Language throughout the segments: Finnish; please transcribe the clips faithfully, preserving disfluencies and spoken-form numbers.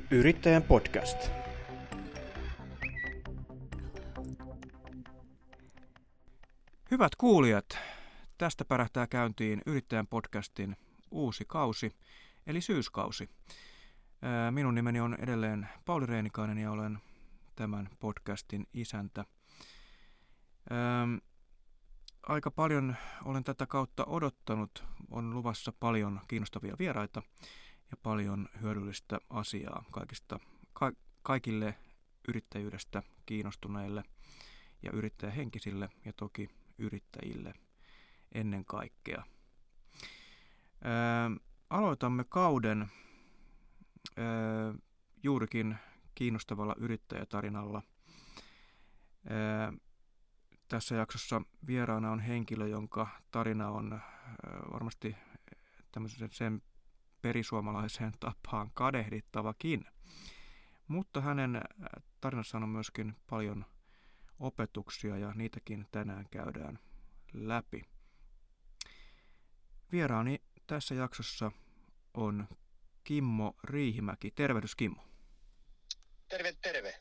Yrittäjän podcast. Hyvät kuulijat, tästä pärähtää käyntiin Yrittäjän podcastin uusi kausi, eli syyskausi. Minun nimeni on edelleen Pauli Reenikainen ja olen tämän podcastin isäntä. Aika paljon olen tätä kautta odottanut. On luvassa paljon kiinnostavia vieraita ja paljon hyödyllistä asiaa kaikista, ka- kaikille yrittäjyydestä kiinnostuneille ja yrittäjähenkisille ja toki yrittäjille ennen kaikkea. Ää, aloitamme kauden ää, juurikin kiinnostavalla yrittäjätarinalla. Ää, tässä jaksossa vieraana on henkilö, jonka tarina on ää, varmasti tämmöisen sen perisuomalaiseen tapaan kadehdittavakin. Mutta hänen tarinassaan on myöskin paljon opetuksia ja niitäkin tänään käydään läpi. Vieraani tässä jaksossa on Kimmo Riihimäki. Tervehdys, Kimmo. Terve, terve.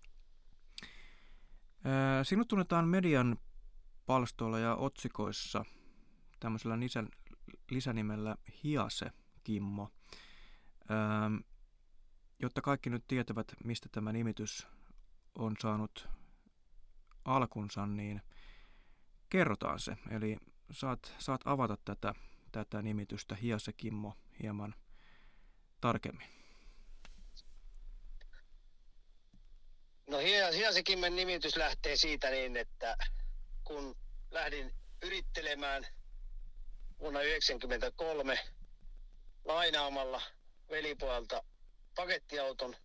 Sinut tunnetaan median palstoilla ja otsikoissa tämmöisellä lisän, lisänimellä Hiase Kimmo. Ähm, jotta kaikki nyt tietävät, mistä tämä nimitys on saanut alkunsa, niin kerrotaan se. Eli saat, saat avata tätä, tätä nimitystä Hiase Kimmo hieman tarkemmin. No Hiase Kimmon nimitys lähtee siitä niin, että kun lähdin yrittelemään vuonna yhdeksänkymmentäkolme lainaamalla velipojalta pakettiauton,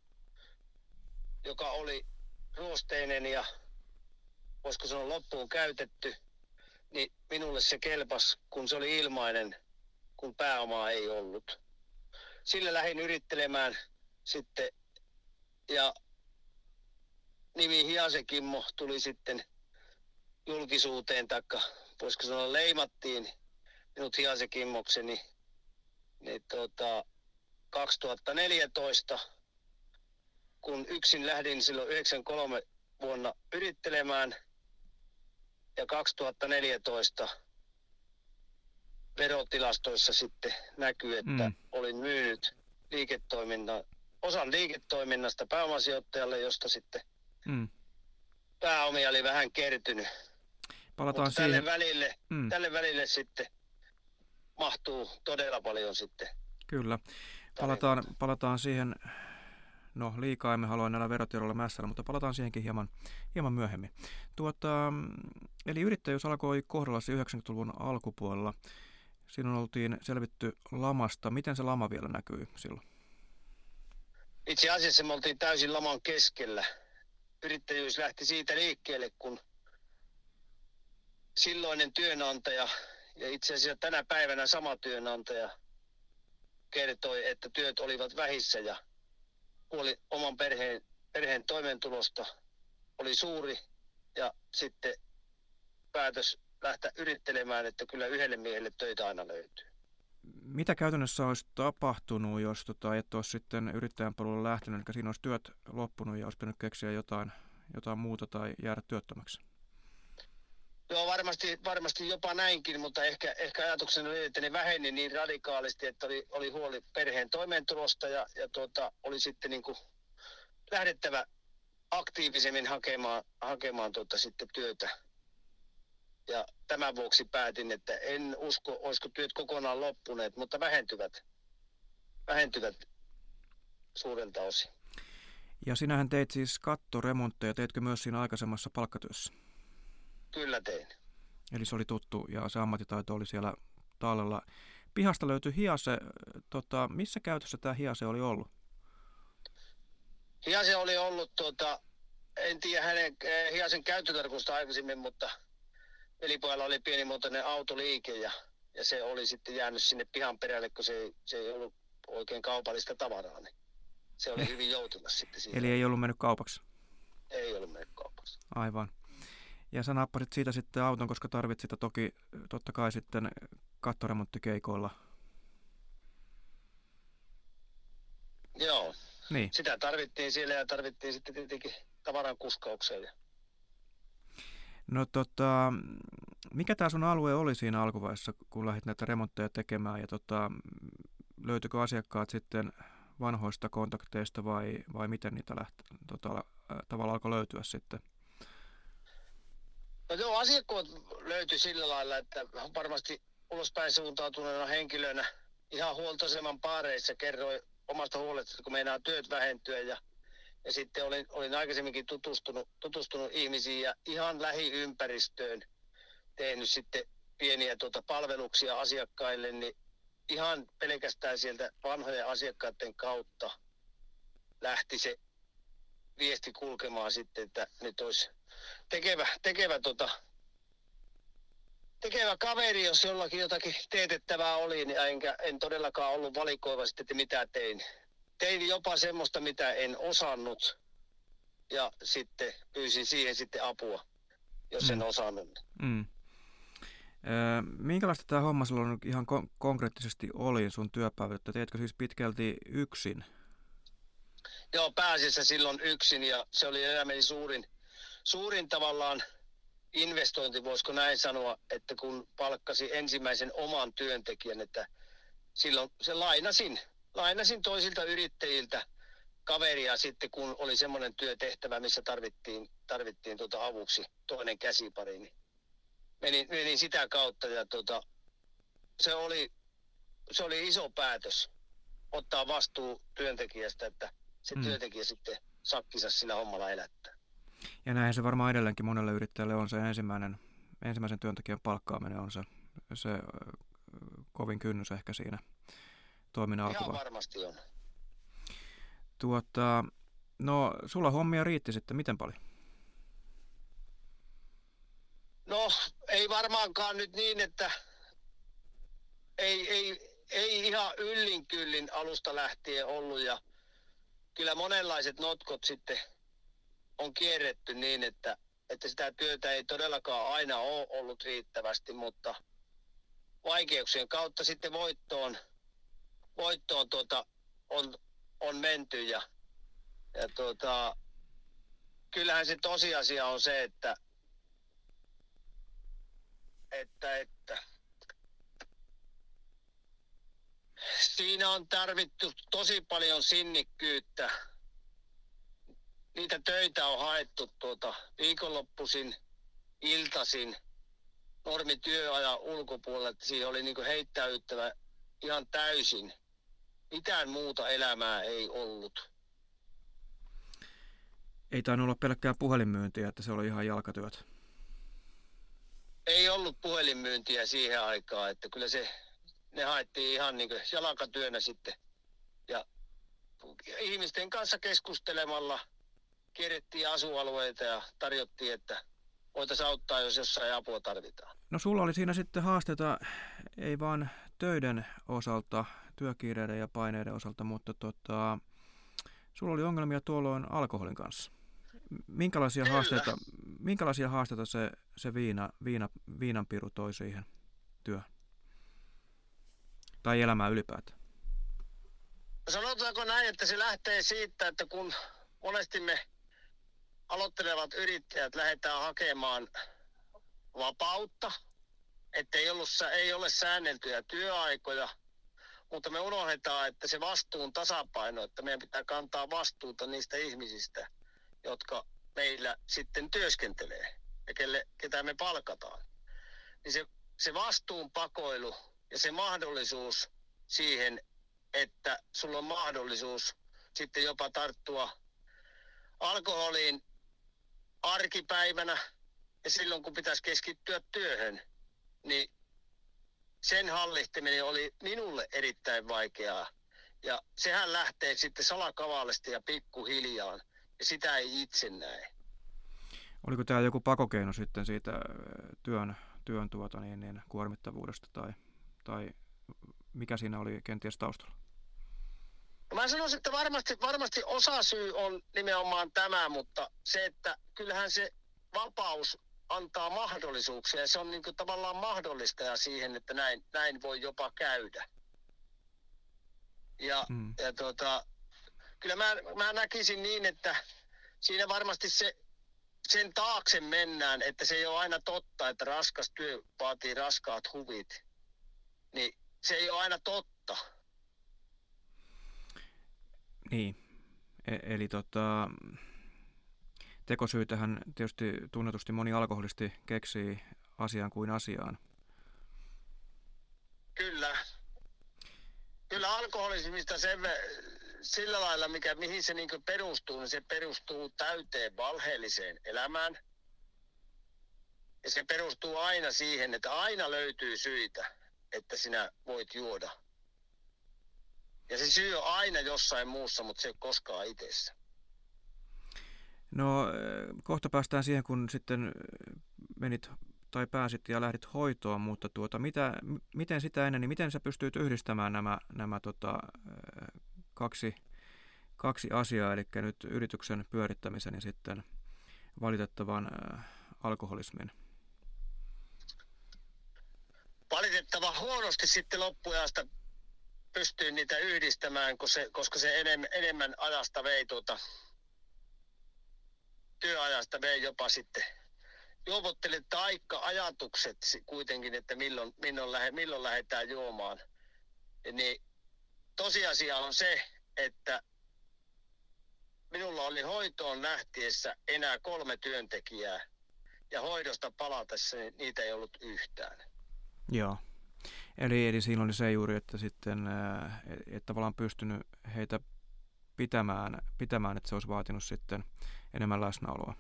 joka oli ruosteinen ja voisiko sanoa loppuun käytetty, niin minulle se kelpasi, kun se oli ilmainen, kun pääomaa ei ollut. Sillä lähdin yrittelemään sitten ja nimi Hiase Kimmo tuli sitten julkisuuteen, taikka voisiko sanoa leimattiin minut Hiase Kimmokseni niin tuota, kaksituhattaneljätoista, kun yksin lähdin silloin yhdeksänkymmentäkolme vuonna yrittelemään ja kaksituhattaneljätoista verotilastoissa sitten näkyy, että mm. olin myynyt liiketoiminnan, osan liiketoiminnasta pääomasijoittajalle, josta sitten mm. pääomia oli vähän kertynyt. Palataan Mutta siihen. Tälle, välille, mm. tälle välille sitten mahtuu todella paljon sitten. Kyllä. Palataan, palataan siihen, no liikaa emme halua näillä verotiedoilla mässällä, mutta palataan siihenkin hieman, hieman myöhemmin. Tuota, eli yrittäjyys alkoi kohdallasi yhdeksänkymmentäluvun alkupuolella. Silloin oltiin selvitty lamasta. Miten se lama vielä näkyy silloin? Itse asiassa me oltiin täysin laman keskellä. Yrittäjyys lähti siitä liikkeelle, kun silloinen työnantaja ja itse asiassa tänä päivänä sama työnantaja kertoi, että työt olivat vähissä ja huoli oman perheen, perheen toimeentulosta oli suuri ja sitten päätös lähteä yrittelemään, että kyllä yhdelle miehelle töitä aina löytyy. Mitä käytännössä olisi tapahtunut, jos tota, et olisi sitten yrittäjän polulle lähtenyt, eli siinä olisi työt loppunut ja olisi pitänyt keksiä jotain, jotain muuta tai jäädä työttömäksi? Joo, varmasti, varmasti jopa näinkin, mutta ehkä, ehkä ajatuksena oli, että ne väheni niin radikaalisti, että oli, oli huoli perheen toimeentulosta ja, ja tuota, oli sitten niin kuin lähdettävä aktiivisemmin hakemaan, hakemaan tuota sitten työtä. Ja tämän vuoksi päätin, että en usko, olisiko työt kokonaan loppuneet, mutta vähentyvät, vähentyvät suurelta osin. Ja sinähän teit siis kattoremontteja, teitkö myös siinä aikaisemmassa palkkatyössä? Kyllä tein. Eli se oli tuttu ja se ammattitaito oli siellä tallella. Pihasta löytyi Hiase. Tota, missä käytössä tämä Hiase oli ollut? Hiase oli ollut, tuota, en tiedä hänen Hiasen käyttötarkoitusta aikaisemmin, mutta velipojalla oli pienimuotoinen autoliike ja, ja se oli sitten jäänyt sinne pihan perälle, kun se ei, se ei ollut oikein kaupallista tavaraa. Niin se oli hyvin joutunas sitten siitä. Eli ei ollut mennyt kaupaksi? Ei ollut mennyt kaupaksi. Aivan. Ja sä nappasit siitä sitten auton, koska tarvit sitä toki totta kai sitten kattoremonttikeikoilla. Joo, Niin. sitä tarvittiin siellä ja tarvittiin sitten tietenkin tavaran kuskaukseen. No tota, mikä tämä sun alue oli siinä alkuvaiheessa, kun lähdit näitä remontteja tekemään, ja tota, löytyikö asiakkaat sitten vanhoista kontakteista vai, vai miten niitä lähti, tota, tavallaan alkoi löytyä sitten? No joo, asiakkaat löytyi sillä lailla, että varmasti ulospäin suuntautuneena henkilönä ihan huoltoaseman paareissa kerroin omasta huolesta, kun meinaa työt vähentyä ja, ja sitten olin, olin aikaisemminkin tutustunut, tutustunut ihmisiin ja ihan lähiympäristöön tehnyt sitten pieniä tuota palveluksia asiakkaille, niin ihan pelkästään sieltä vanhojen asiakkaiden kautta lähti se viesti kulkemaan sitten, että nyt olisi tekevä, tekevä, tota, tekevä kaveri, jos jollakin jotakin teetettävää oli, niin enkä, en todellakaan ollut valikoiva sitten, että mitä tein. Tein jopa semmoista, mitä en osannut, ja sitten pyysin siihen sitten apua, jos mm. en osannut. Mm. Öö, minkälaista tämä homma silloin ihan kon- konkreettisesti oli sun työpäivät? Teetkö siis pitkälti yksin? Joo, pääasiassa silloin yksin, ja se oli elämäni suurin, suurin tavallaan investointi, voisiko näin sanoa, että kun palkkasi ensimmäisen oman työntekijän, että silloin se lainasin, lainasin toisilta yrittäjiltä kaveria sitten, kun oli semmoinen työtehtävä, missä tarvittiin, tarvittiin tuota avuksi toinen käsipari, niin menin, menin sitä kautta ja tuota, se, oli, se oli iso päätös ottaa vastuu työntekijästä, että se mm. työntekijä sitten sakkinsa sillä hommalla elättää. Ja näin se varmaan edelleenkin monelle yrittäjälle on se ensimmäinen, ensimmäisen työntekijän palkkaaminen on se, se kovin kynnys ehkä siinä toiminnan alkuvaiheessa. Ihan varmasti on. Tuota, no sulla hommia riitti sitten miten paljon? No ei varmaankaan nyt niin, että ei, ei, ei ihan yllin kyllin alusta lähtien ollut ja kyllä monenlaiset notkot sitten on kierretty niin, että, että sitä työtä ei todellakaan aina ole ollut riittävästi, mutta vaikeuksien kautta sitten voittoon, voittoon tuota, on, on menty ja, ja tuota, kyllähän se tosiasia on se, että, että, että siinä on tarvittu tosi paljon sinnikkyyttä. Niitä töitä on haettu tuota viikonloppuisin, iltaisin, normityöajan ulkopuolella, että siihen oli niinku heittäyttävä ihan täysin. Mitään muuta elämää ei ollut. Ei tainnut olla pelkkää puhelinmyyntiä, että se oli ihan jalkatyöt. Ei ollut puhelinmyyntiä siihen aikaan, että kyllä se, ne haettiin ihan niinku jalkatyönä sitten. Ja ihmisten kanssa keskustelemalla kierrettiin asualueita ja tarjottiin, että voitaisiin auttaa, jos jossain apua tarvitaan. No sulla oli siinä sitten haasteita, ei vaan töiden osalta, työkiireiden ja paineiden osalta, mutta tota, sulla oli ongelmia tuolloin alkoholin kanssa. Minkälaisia Kyllä. haasteita, minkälaisia haasteita se, se viina, viina, viinanpiru toi siihen työhön? Tai elämään ylipäätään? Sanotaanko näin, että se lähtee siitä, että kun monesti me aloittelevat yrittäjät lähdetään hakemaan vapautta, että ei, ollut, ei ole säänneltyjä työaikoja, mutta me unohdetaan, että se vastuun tasapaino, että meidän pitää kantaa vastuuta niistä ihmisistä, jotka meillä sitten työskentelee ja kelle, ketä me palkataan. Niin se, se vastuun pakoilu ja se mahdollisuus siihen, että sulla on mahdollisuus sitten jopa tarttua alkoholiin arkipäivänä ja silloin kun pitäisi keskittyä työhön, niin sen hallitseminen oli minulle erittäin vaikeaa. Ja sehän lähtee sitten salakavallisesti ja pikkuhiljaa ja sitä ei itse näe. Oliko tämä joku pakokeino sitten siitä työn, työn tuota niin, niin, kuormittavuudesta tai, tai mikä siinä oli kenties taustalla? No mä sanoisin, että varmasti, varmasti osasyy on nimenomaan tämä, mutta se, että kyllähän se vapaus antaa mahdollisuuksia ja se on niin kuin tavallaan mahdollistaja siihen, että näin, näin voi jopa käydä. Ja, mm. ja tuota, kyllä mä, mä näkisin niin, että siinä varmasti se, sen taakse mennään, että se ei ole aina totta, että raskas työ vaatii raskaat huvit. Niin se ei ole aina totta. Niin, e- eli tota, tekosyytähän tietysti tunnetusti moni alkoholisti keksii asiaan kuin asiaan. Kyllä. Kyllä alkoholismista sen, sillä lailla, mikä, mihin se niin perustuu, niin se perustuu täyteen valheelliseen elämään. Ja se perustuu aina siihen, että aina löytyy syitä, että sinä voit juoda. Ja se syy on aina jossain muussa, mutta se ei ole koskaan itsessä. No kohta päästään siihen, kun sitten menit tai pääsit ja lähdit hoitoon, mutta tuota, mitä, miten sitä ennen, niin miten sä pystyit yhdistämään nämä, nämä tota, kaksi, kaksi asiaa, eli nyt yrityksen pyörittämisen ja sitten valitettavan äh, alkoholismin? Valitettavan huonosti sitten loppuajasta pystyy niitä yhdistämään, koska se, koska se enemmän, enemmän ajasta vei tuota, työajasta vei jopa sitten. Juovottelit taikka-ajatukset kuitenkin, että milloin, milloin, lähe, milloin lähdetään juomaan. Niin tosiasia on se, että minulla oli hoitoon lähtiessä enää kolme työntekijää ja hoidosta palatessa niin niitä ei ollut yhtään. Joo. Eli, eli siinä oli se juuri, että sitten et tavallaan pystynyt heitä pitämään, pitämään, että se olisi vaatinut sitten enemmän läsnäoloa.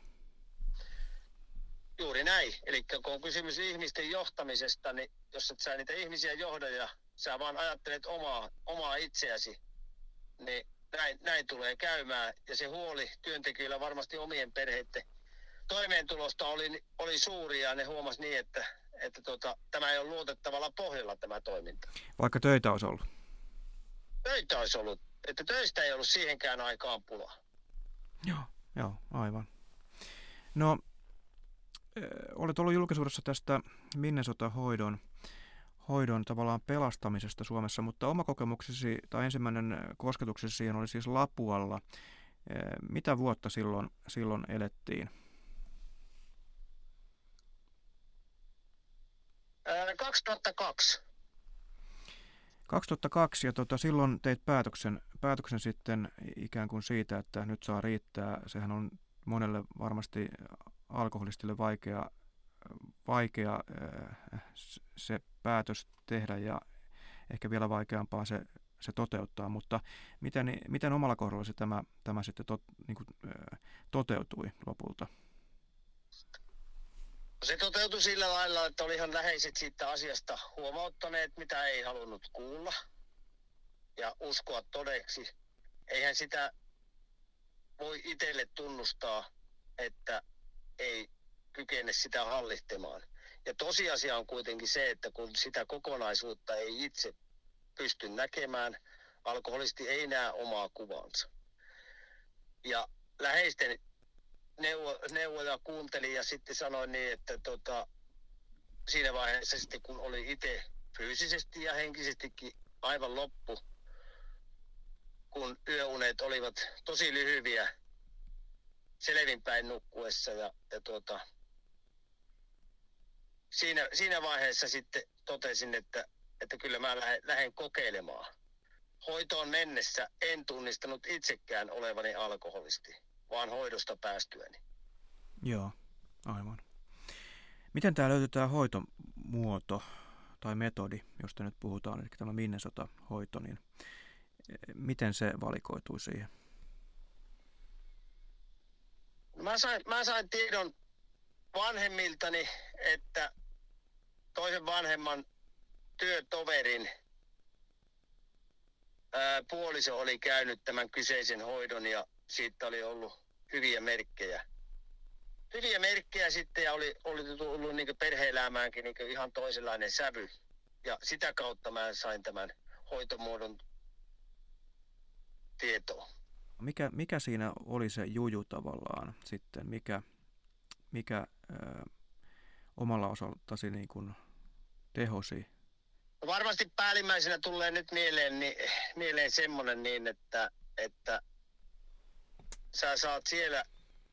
Juuri näin. Eli kun on kysymys ihmisten johtamisesta, niin jos et sä niitä ihmisiä johda ja sä vaan ajattelet omaa, omaa itseäsi, niin näin, näin tulee käymään. Ja se huoli työntekijöillä varmasti omien perheiden toimeentulosta oli, oli suuri ja ne huomas niin, että, että tota, tämä ei ole luotettavalla pohjalla tämä toiminta. Vaikka töitä olisi ollut? Töitä olisi ollut. Että töistä ei ollut siihenkään aikaan pulaa. Joo, joo, aivan. No, olet ollut julkisuudessa tästä Minnesota-hoidon hoidon tavallaan pelastamisesta Suomessa, mutta oma kokemuksesi tai ensimmäinen kosketuksesi siihen oli siis Lapualla. Mitä vuotta silloin, silloin elettiin? Ää, kaksituhattakaksi. kaksituhattakaksi ja tota, silloin teit päätöksen, päätöksen sitten ikään kuin siitä, että nyt saa riittää. Sehän on monelle varmasti alkoholistille vaikea, vaikea se päätös tehdä ja ehkä vielä vaikeampaa se, se toteuttaa, mutta miten, miten omalla kohdallasi tämä, tämä sitten tot, niin kuin, toteutui lopulta? Se toteutui sillä lailla, että oli ihan läheiset siitä asiasta huomauttaneet, mitä ei halunnut kuulla ja uskoa todeksi. Eihän sitä voi itselle tunnustaa, että ei kykene sitä hallitsemaan. Ja tosiasia on kuitenkin se, että kun sitä kokonaisuutta ei itse pysty näkemään, alkoholisti ei näe omaa kuvansa. Ja läheisten neuvo, neuvoja kuuntelin ja sitten sanoin niin, että tota, siinä vaiheessa sitten kun oli itse fyysisesti ja henkisestikin aivan loppu, kun yöunet olivat tosi lyhyviä selvinpäin nukkuessa ja, ja tuota, siinä, siinä vaiheessa sitten totesin, että, että kyllä mä lähden, lähden kokeilemaan. Hoitoon mennessä en tunnistanut itsekään olevani alkoholisti, vaan hoidosta päästyäni. Joo, aivan. Miten tämä löytyy tämä hoitomuoto tai metodi, josta nyt puhutaan, eli tämä Minnesota-hoito, niin miten se valikoitui siihen? Mä sain, mä sain tiedon vanhemmiltani, että toisen vanhemman työtoverin ää, puoliso oli käynyt tämän kyseisen hoidon ja siitä oli ollut hyviä merkkejä. Hyviä merkkejä sitten ja oli, oli tullut niin perhe-elämäänkin niin ihan toisenlainen sävy. Ja sitä kautta mä sain tämän hoitomuodon tietoa. Mikä, mikä siinä oli se juju tavallaan sitten? Mikä, mikä ö, omalla osaltasi niin kuin tehosi? No varmasti päällimmäisenä tulee nyt mieleen, niin, mieleen semmoinen niin, että, että sä saat siellä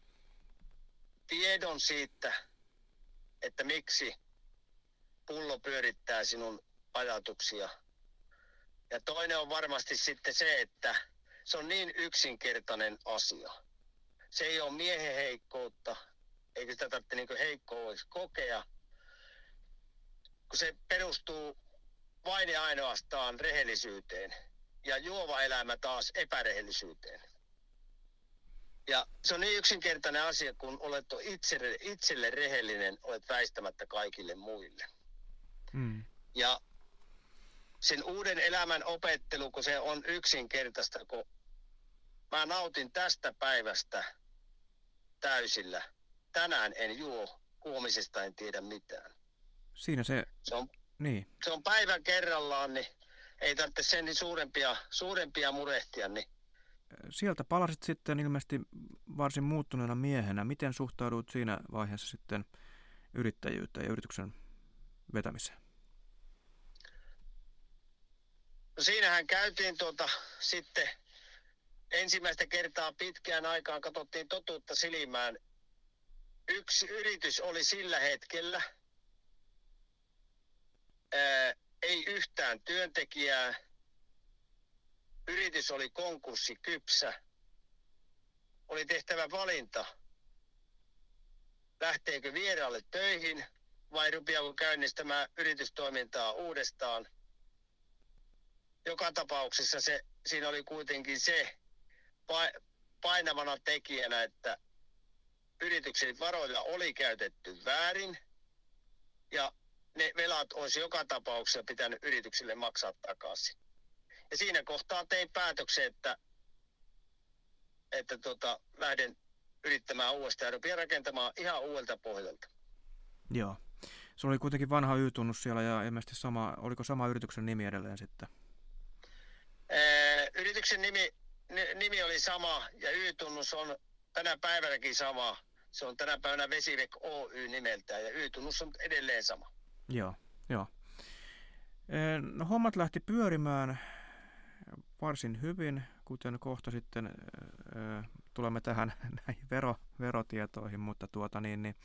tiedon siitä, että miksi pullo pyörittää sinun ajatuksia. Ja toinen on varmasti sitten se, että se on niin yksinkertainen asia. Se ei ole miehen heikkoutta, eikä sitä tarvitse niin kuin heikkoudeksi kokea, kun se perustuu vain ja ainoastaan rehellisyyteen ja juova elämä taas epärehellisyyteen. Ja se on niin yksinkertainen asia, kun olet itselle, itselle rehellinen, olet väistämättä kaikille muille. Mm. Ja sen uuden elämän opettelu, kun se on yksinkertaista, kun mä nautin tästä päivästä täysillä. Tänään en juo, huomisesta en tiedä mitään. Siinä se, Se on, niin. se on päivän kerrallaan, niin ei tarvitse sen niin suurempia, suurempia murehtia. Niin. Sieltä palasit sitten ilmeisesti varsin muuttuneena miehenä. Miten suhtaudut siinä vaiheessa sitten yrittäjyyteen ja yrityksen vetämiseen? No siinähän käytiin tuota sitten ensimmäistä kertaa pitkään aikaan, katsottiin totuutta silmään. Yksi yritys oli sillä hetkellä, ää, ei yhtään työntekijää. Yritys oli konkurssikypsä. Oli tehtävä valinta, lähteekö vieraalle töihin vai rupeako käynnistämään yritystoimintaa uudestaan. Joka tapauksessa se, siinä oli kuitenkin se painavana tekijänä, että yrityksen varoja oli käytetty väärin ja ne velat olisi joka tapauksessa pitänyt yrityksille maksaa takaisin. Ja siinä kohtaa tein päätöksen, että, että tota, lähden yrittämään uudestaan ja rupean rakentamaan ihan uudelta pohjalta. Joo. Se oli kuitenkin vanha Y-tunnus siellä ja ilmeisesti sama, oliko sama yrityksen nimi edelleen sitten? Ee, yrityksen nimi, nimi oli sama ja Y-tunnus on tänä päivänäkin sama. Se on tänä päivänä Vesivek Oy nimeltään ja Y-tunnus on edelleen sama. Joo, joo. No, hommat lähti pyörimään varsin hyvin, kuten kohta sitten äh, tulemme tähän näihin vero, verotietoihin, mutta tuota niin, niin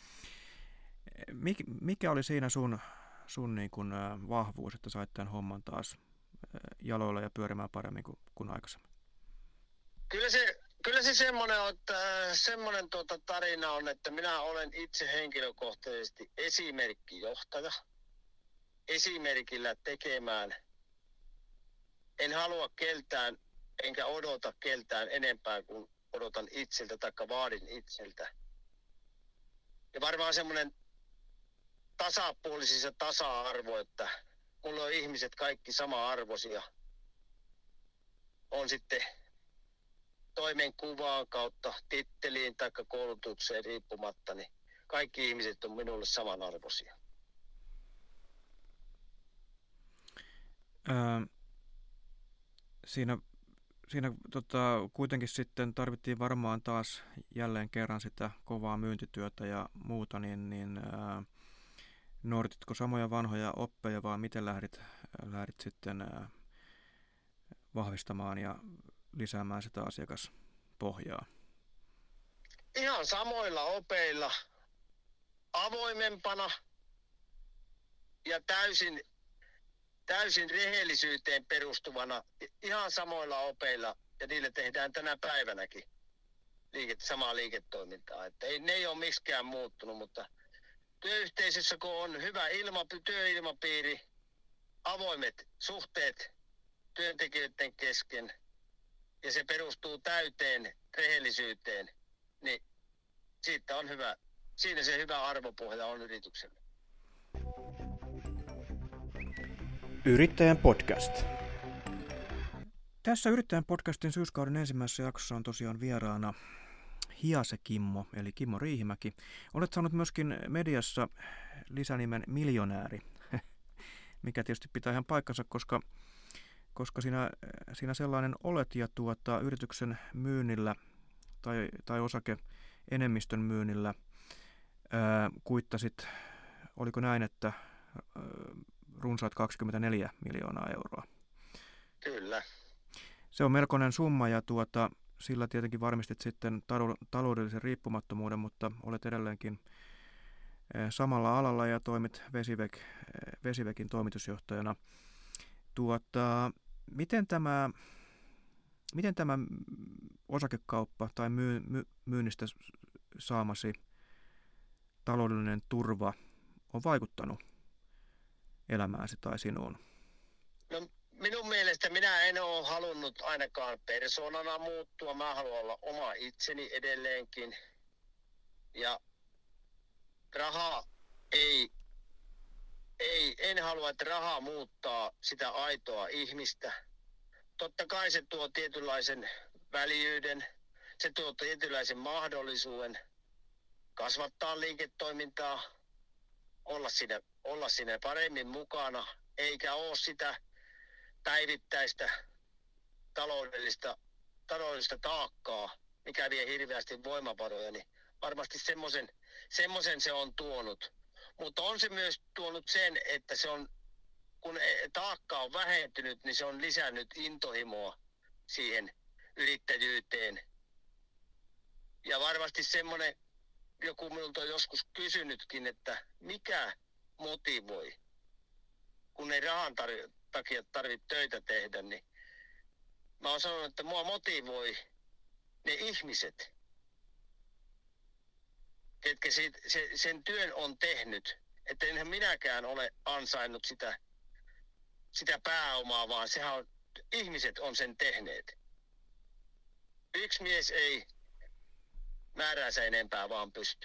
mikä oli siinä sun, sun niin kuin, äh, vahvuus, että sait tämän homman taas äh, jaloille ja pyörimään paremmin kuin, kuin aikaisemmin? Kyllä se, kyllä se semmoinen, että, äh, semmoinen tuota tarina on, että minä olen itse henkilökohtaisesti esimerkkijohtaja. Esimerkillä tekemään. En halua keltään, enkä odota keltään enempää kuin odotan itseltä tai vaadin itseltä. Ja varmaan semmoinen tasapuolisissa tasa-arvo, että mulla on ihmiset kaikki sama-arvoisia. On sitten toimenkuvaan kautta titteliin tai koulutukseen riippumatta, niin kaikki ihmiset on minulle samanarvoisia. Öö, siinä siinä tota, kuitenkin sitten tarvittiin varmaan taas jälleen kerran sitä kovaa myyntityötä ja muuta, niin, niin öö, noudatitko samoja vanhoja oppeja, vaan miten lähdit, lähdit sitten öö, vahvistamaan ja lisäämään sitä asiakaspohjaa? Ihan samoilla opeilla, avoimempana ja täysin täysin rehellisyyteen perustuvana, ihan samoilla opeilla, ja niille tehdään tänä päivänäkin liike, samaa liiketoimintaa. Että ei, ne ei ole miksikään muuttunut, mutta työyhteisössä, kun on hyvä ilma, työilmapiiri, avoimet suhteet työntekijöiden kesken, ja se perustuu täyteen rehellisyyteen, niin siitä on hyvä, siinä se hyvä arvopohja on yritykselle. Yrittäjän podcast. Tässä Yrittäjän podcastin syyskauden ensimmäisessä jaksossa on tosiaan vieraana Hiase Kimmo, eli Kimmo Riihimäki. Olet saanut myöskin mediassa lisänimen miljonääri, mikä tietysti pitää ihan paikkansa, koska, koska sinä, sinä sellainen olet ja tuota, yrityksen myynnillä tai, tai osake-enemmistön myynnillä ää, kuittasit, oliko näin, että ää, runsaat kaksikymmentäneljä miljoonaa euroa. Kyllä. Se on melkoinen summa ja tuota, sillä tietenkin varmistit sitten taloudellisen riippumattomuuden, mutta olet edelleenkin samalla alalla ja toimit Vesivek, Vesivekin toimitusjohtajana. Tuota, miten tämä, miten tämä osakekauppa tai myy, my, myynnistä saamasi taloudellinen turva on vaikuttanut elämääsi tai sinuun? No, minun mielestä minä en ole halunnut ainakaan persoonana muuttua. Mä haluan olla oma itseni edelleenkin. Ja raha ei, ei, en halua, että raha muuttaa sitä aitoa ihmistä. Totta kai se tuo tietynlaisen väljyyden, se tuo tietynlaisen mahdollisuuden kasvattaa liiketoimintaa, olla siinä, olla siinä paremmin mukana, eikä ole sitä päivittäistä taloudellista, taloudellista taakkaa, mikä vie hirveästi voimavaroja, niin varmasti semmoisen, semmoisen se on tuonut. Mutta on se myös tuonut sen, että se on, kun taakka on vähentynyt, niin se on lisännyt intohimoa siihen yrittäjyyteen. Ja varmasti semmoinen, joku minulta on joskus kysynytkin, että mikä motivoi, kun ei rahan tar- takia tarvitse töitä tehdä, niin mä oon sanonut, että mua motivoi ne ihmiset, ketkä siitä, se, sen työn on tehnyt. Että enhän minäkään ole ansainnut sitä, sitä pääomaa, vaan sehän on, ihmiset on sen tehneet. Yksi mies ei määräänsä enempää vaan pysty.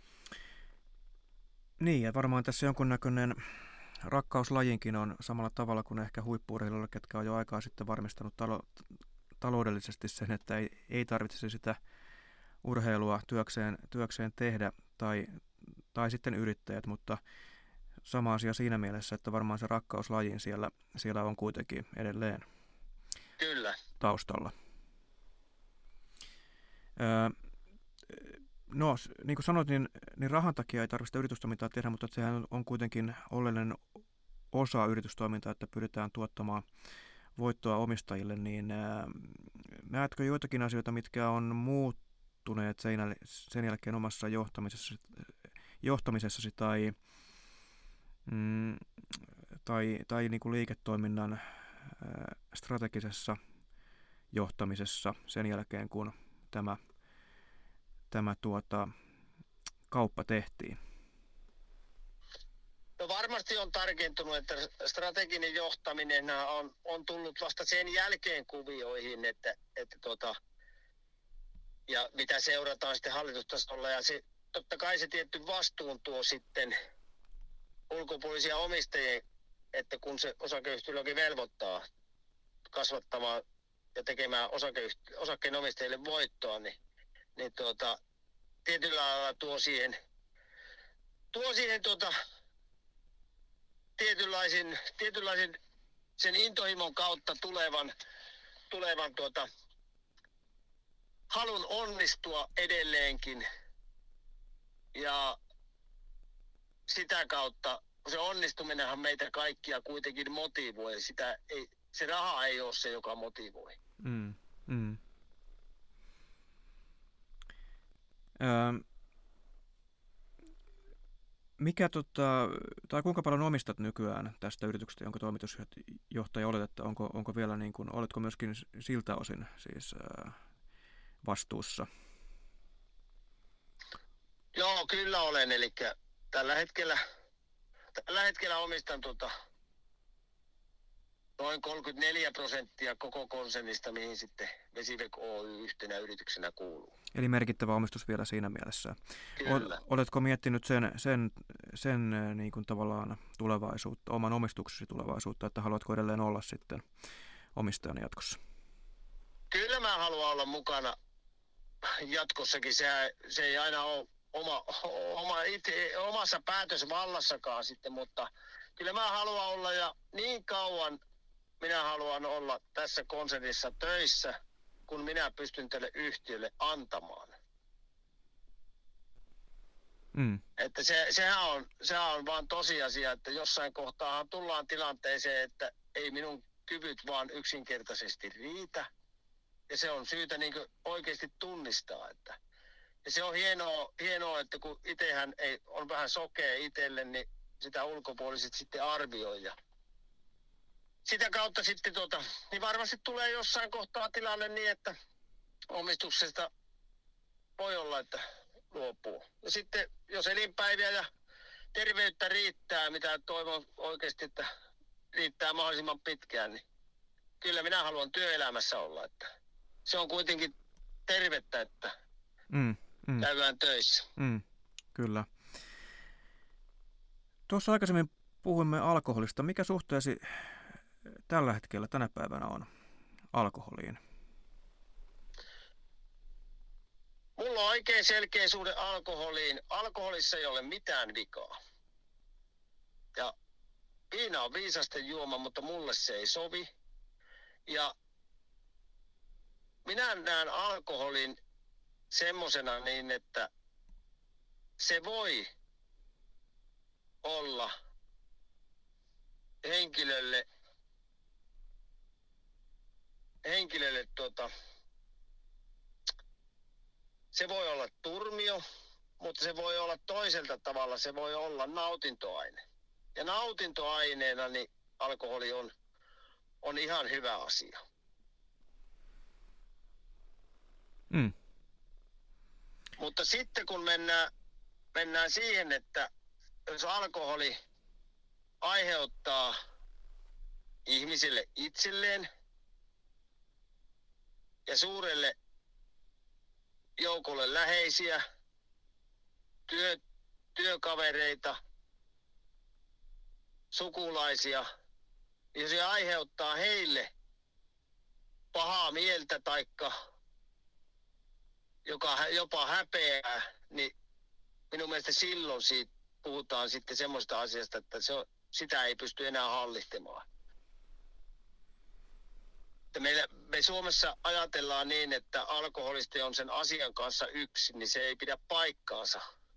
Niin, ja varmaan tässä jonkunnäköinen rakkaus lajinkin on samalla tavalla kuin ehkä huippu-urheilijoilla, ketkä on jo aikaa sitten varmistanut talo- taloudellisesti sen, että ei, ei tarvitsisi sitä urheilua työkseen, työkseen tehdä, tai, tai sitten yrittäjät, mutta sama asia siinä mielessä, että varmaan se rakkaus lajiin siellä, siellä on kuitenkin edelleen Kyllä. taustalla. Öö, no, niin kuin sanoit, niin, niin rahan takia ei tarvitse yritystoimintaa tehdä, mutta sehän on kuitenkin oleellinen osa yritystoimintaa, että pyritään tuottamaan voittoa omistajille, niin ää, näetkö joitakin asioita, mitkä on muuttuneet sen, sen jälkeen omassa johtamisessasi, johtamisessasi tai, mm, tai, tai niin kuin liiketoiminnan ää, strategisessa johtamisessa sen jälkeen, kun tämä, tämä tuota, kauppa tehtiin? No varmasti on tarkentunut, että strateginen johtaminen on, on tullut vasta sen jälkeen kuvioihin, että, että tota, ja mitä seurataan sitten hallitustasolla. Ja se, totta kai se tietty vastuun tuo sitten ulkopuolisia omistajia, että kun se osakeyhtiölaki velvoittaa kasvattamaan ja tekemään osakeyhti- osakkeenomistajille voittoa, niin, niin tuota, tietyllä lailla tuo siihen, tuo siihen tuota, tietynlaisen, tietynlaisen sen intohimon kautta tulevan, tulevan tuota, halun onnistua edelleenkin. Ja sitä kautta se onnistuminenhan meitä kaikkia kuitenkin motivoi. Sitä ei, se raha ei ole se, joka motivoi. Mm, mm. Öö, mikä tota, tai kuinka paljon omistat nykyään tästä yrityksestä, jonka toimitusjohtaja olet, että onko, onko vielä niin kuin, oletko myöskin siltä osin siis öö, vastuussa? Joo, kyllä olen. Eli tällä hetkellä, tällä hetkellä omistan tuota noin kolmekymmentäneljä prosenttia koko konsernista, mihin sitten Vesivek Oy yhtenä yrityksenä kuuluu. Eli merkittävä omistus vielä siinä mielessä. Kyllä. Oletko miettinyt sen, sen, sen niin kuin tavallaan tulevaisuutta, oman omistuksesi tulevaisuutta, että haluatko edelleen olla sitten omistajana jatkossa? Kyllä mä haluan olla mukana jatkossakin. Se, se ei aina ole oma, oma itse, omassa päätösvallassakaan sitten, mutta kyllä mä haluan olla ja niin kauan minä haluan olla tässä konsernissa töissä, kun minä pystyn tälle yhtiölle antamaan. Mm. Että se, sehän, on, sehän on vaan tosiasia, että jossain kohtaa tullaan tilanteeseen, että ei minun kyvyt vaan yksinkertaisesti riitä. Ja se on syytä niin kuin oikeasti tunnistaa. Että. Ja se on hienoa, hienoa, että kun itsehän ei, on vähän sokea itselle, niin sitä ulkopuoliset sitten arvioi. Ja sitä kautta sitten tuota, niin varmasti tulee jossain kohtaa tilanne niin, että omistuksesta voi olla, että luopuu. Ja sitten jos elinpäiviä ja terveyttä riittää, mitä toivon oikeasti, että riittää mahdollisimman pitkään, niin kyllä minä haluan työelämässä olla. Että se on kuitenkin tervettä, että mm, mm. käydään töissä. Mm, kyllä. Tuossa aikaisemmin puhuimme alkoholista. Mikä suhteesi tällä hetkellä, tänä päivänä on alkoholiin? Mulla on oikein selkeä suhde alkoholiin. Alkoholissa ei ole mitään vikaa. Ja viina on viisasten juoma, mutta mulle se ei sovi. Ja minä näen alkoholin semmosena niin, että se voi olla henkilölle, henkilölle tuota, se voi olla turmio, mutta se voi olla toiselta tavalla, se voi olla nautintoaine. Ja nautintoaineena niin alkoholi on, on ihan hyvä asia. Mm. Mutta sitten kun mennään, mennään siihen, että jos alkoholi aiheuttaa ihmisille itselleen ja suurelle joukolle läheisiä, työ, työkavereita, sukulaisia, jos se aiheuttaa heille pahaa mieltä taikka joka jopa häpeää, niin minun mielestä silloin siitä puhutaan sitten semmoista asiasta, että se on, sitä ei pysty enää hallitsemaan. Että meillä, me Suomessa ajatellaan niin, että alkoholisti on sen asian kanssa yksin, niin se ei pidä paikkaansa.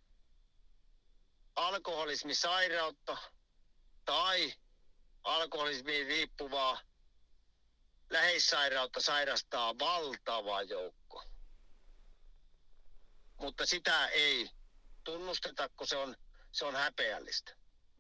Alkoholismisairautta tai alkoholismiin riippuvaa läheissairautta sairastaa valtava joukko. Mutta sitä ei tunnusteta, kun se on, se on häpeällistä.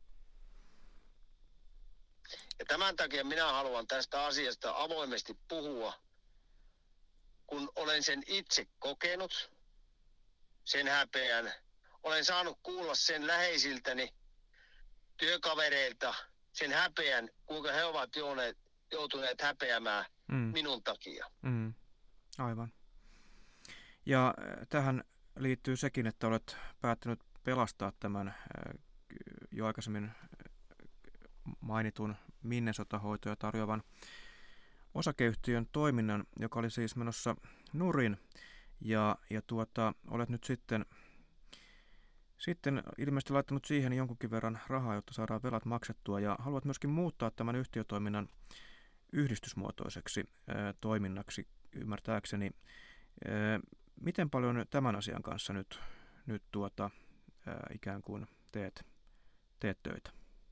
Ja tämän takia minä haluan tästä asiasta avoimesti puhua, kun olen sen itse kokenut, sen häpeän. Olen saanut kuulla sen läheisiltäni, työkavereilta, sen häpeän, kuinka he ovat joutuneet, joutuneet häpeämään mm. minun takia. Mm. Aivan. Ja tähän liittyy sekin, että olet päättänyt pelastaa tämän jo aikaisemmin mainitun Minnesota-hoitoja tarjoavan osakeyhtiön toiminnan, joka oli siis menossa nurin. Ja, ja tuota, olet nyt sitten, sitten ilmeisesti laittanut siihen jonkunkin verran rahaa, jotta saadaan velat maksettua. Ja haluat myöskin muuttaa tämän yhtiötoiminnan yhdistysmuotoiseksi ää, toiminnaksi, ymmärtääkseni. Ää, miten paljon tämän asian kanssa nyt, nyt tuota, ää, ikään kuin teet, teet töitä?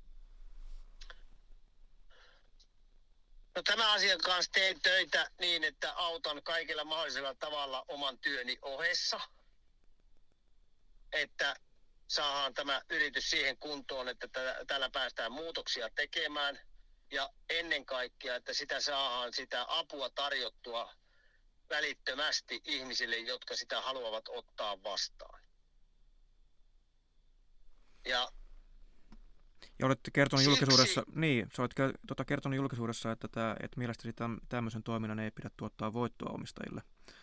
No, tämän asian kanssa teen töitä niin, että autan kaikilla mahdollisella tavalla oman työni ohessa, että saadaan tämä yritys siihen kuntoon, että täällä päästään muutoksia tekemään ja ennen kaikkea, että sitä saadaan sitä apua tarjottua välittömästi ihmisille, jotka sitä haluavat ottaa vastaan. Ja Ja olette kertonut julkisuudessa, niin, sä olet tuota, kertonut julkisuudessa, että, tämä, että mielestäsi täm, tämmöisen toiminnan ei pidä tuottaa voittoa omistajille.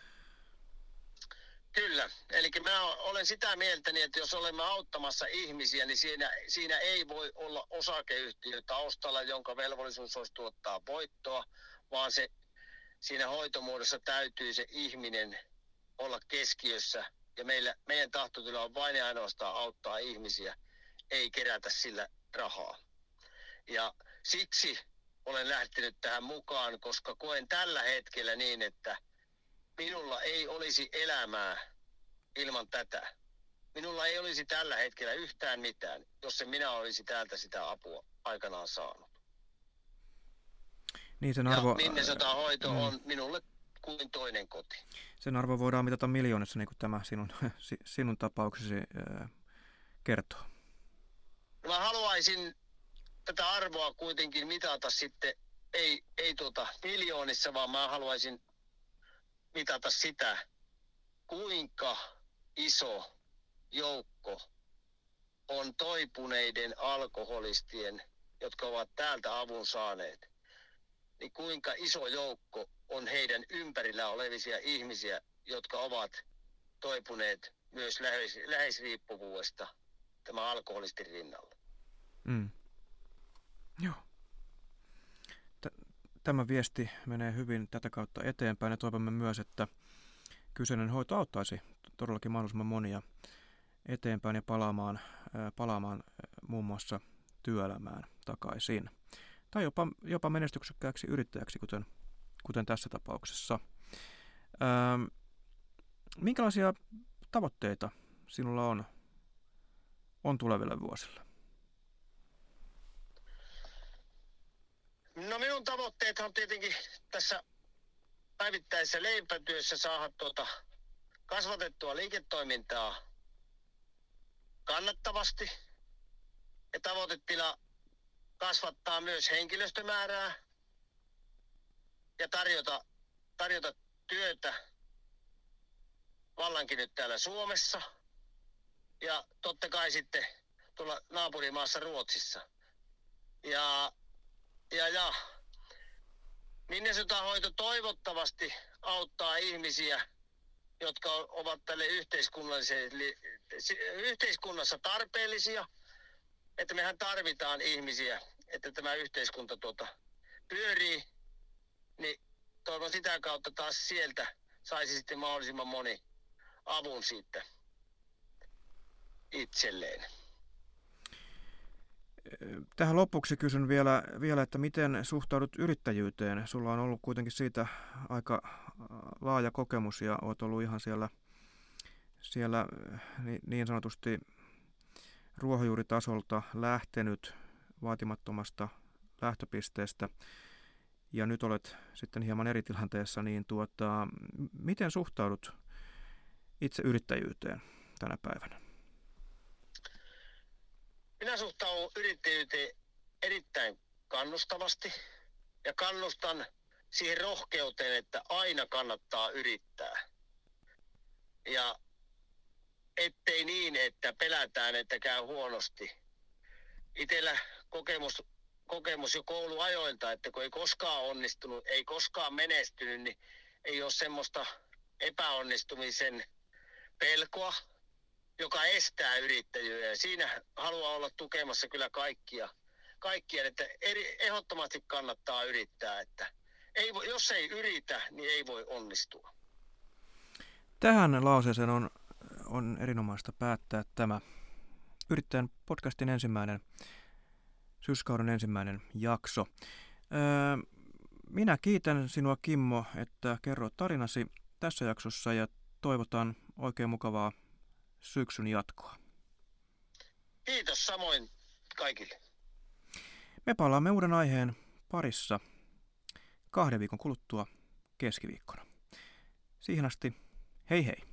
Kyllä, eli mä olen sitä mieltä, että jos olemme auttamassa ihmisiä, niin siinä, siinä ei voi olla osakeyhtiö taustalla, jonka velvollisuus olisi tuottaa voittoa, vaan se, siinä hoitomuodossa täytyy se ihminen olla keskiössä. Ja meillä, meidän tahtotila on vain ja ainoastaan auttaa ihmisiä, ei kerätä sillä rahaa. Ja siksi olen lähtenyt tähän mukaan, koska koen tällä hetkellä niin, että minulla ei olisi elämää ilman tätä. Minulla ei olisi tällä hetkellä yhtään mitään, jos en minä olisi täältä sitä apua aikanaan saanut. Niin sen arvo... Ja Minnesota-hoito mm. on minulle kuin toinen koti. Sen arvo voidaan mitata miljoonissa, niin kuin tämä sinun, sinun tapauksesi ää, kertoo. Mä haluaisin tätä arvoa kuitenkin mitata sitten, ei, ei tuota miljoonissa, vaan mä haluaisin mitata sitä, kuinka iso joukko on toipuneiden alkoholistien, jotka ovat täältä avun saaneet, niin kuinka iso joukko on heidän ympärillä olevisia ihmisiä, jotka ovat toipuneet myös läheis, läheisriippuvuudesta tämän alkoholistin rinnalla. Mm. Joo. T- Tämä viesti menee hyvin tätä kautta eteenpäin ja toivomme myös, että kyseinen hoito auttaisi todellakin mahdollisimman monia eteenpäin ja palaamaan, ää, palaamaan muun muassa työelämään takaisin. Tai jopa, jopa menestyksekkääksi yrittäjäksi, kuten, kuten tässä tapauksessa. Ää, minkälaisia tavoitteita sinulla on, on tuleville vuosille? No minun tavoitteet on tietenkin tässä päivittäisessä leipätyössä saada tuota kasvatettua liiketoimintaa kannattavasti ja tavoitetila kasvattaa myös henkilöstömäärää ja tarjota, tarjota työtä vallankin nyt täällä Suomessa ja totta kai sitten tuolla naapurimaassa Ruotsissa. Ja, ja, ja Minnesota-hoito toivottavasti auttaa ihmisiä, jotka ovat tälle yhteiskunnassa tarpeellisia. Että mehän tarvitaan ihmisiä, että tämä yhteiskunta tuota pyörii, niin toivon sitä kautta taas sieltä saisi sitten mahdollisimman moni avun siitä itselleen. Tähän lopuksi kysyn vielä, vielä, että miten suhtaudut yrittäjyyteen? Sulla on ollut kuitenkin siitä aika laaja kokemus ja olet ollut ihan siellä, siellä niin sanotusti ruohonjuuritasolta lähtenyt vaatimattomasta lähtöpisteestä ja nyt olet sitten hieman eri tilanteessa, niin tuota, miten suhtaudut itse yrittäjyyteen tänä päivänä? Minä suhtaudun yrittäjyyteen erittäin kannustavasti ja kannustan siihen rohkeuteen, että aina kannattaa yrittää. Ja ettei niin, että pelätään, että käy huonosti. Itsellä kokemus, kokemus jo kouluajoilta, että kun ei koskaan onnistunut, ei koskaan menestynyt, niin ei ole semmoista epäonnistumisen pelkoa, joka estää yrittäjyyttä. Ja siinä haluaa olla tukemassa kyllä kaikkia, kaikkia että eri, ehdottomasti kannattaa yrittää. Että ei, jos ei yritä, niin ei voi onnistua. Tähän lauseeseen on, on erinomaista päättää tämä Yrittäjän podcastin ensimmäinen, syyskauden ensimmäinen jakso. Öö, minä kiitän sinua, Kimmo, että kerroit tarinasi tässä jaksossa ja toivotan oikein mukavaa syksyn jatkoa. Kiitos samoin kaikille. Me palaamme uuden aiheen parissa kahden viikon kuluttua keskiviikkona. Siihen asti, hei hei!